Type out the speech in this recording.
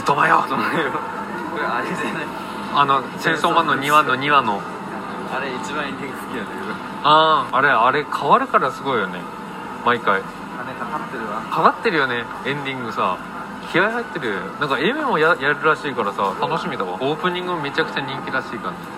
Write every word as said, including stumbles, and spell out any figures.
言葉よ。 これあれじゃない、 あのチェンソーマンのにわのにわのあれ一番エンディング好きなんだけど、 あああれあれ変わるからすごいよね。毎回金かかってるわ。 かかってるよね。エンディングさ気合入ってる。なんか エム も や, やるらしいからさ楽しみだわ。オープニングもめちゃくちゃ人気らしいから。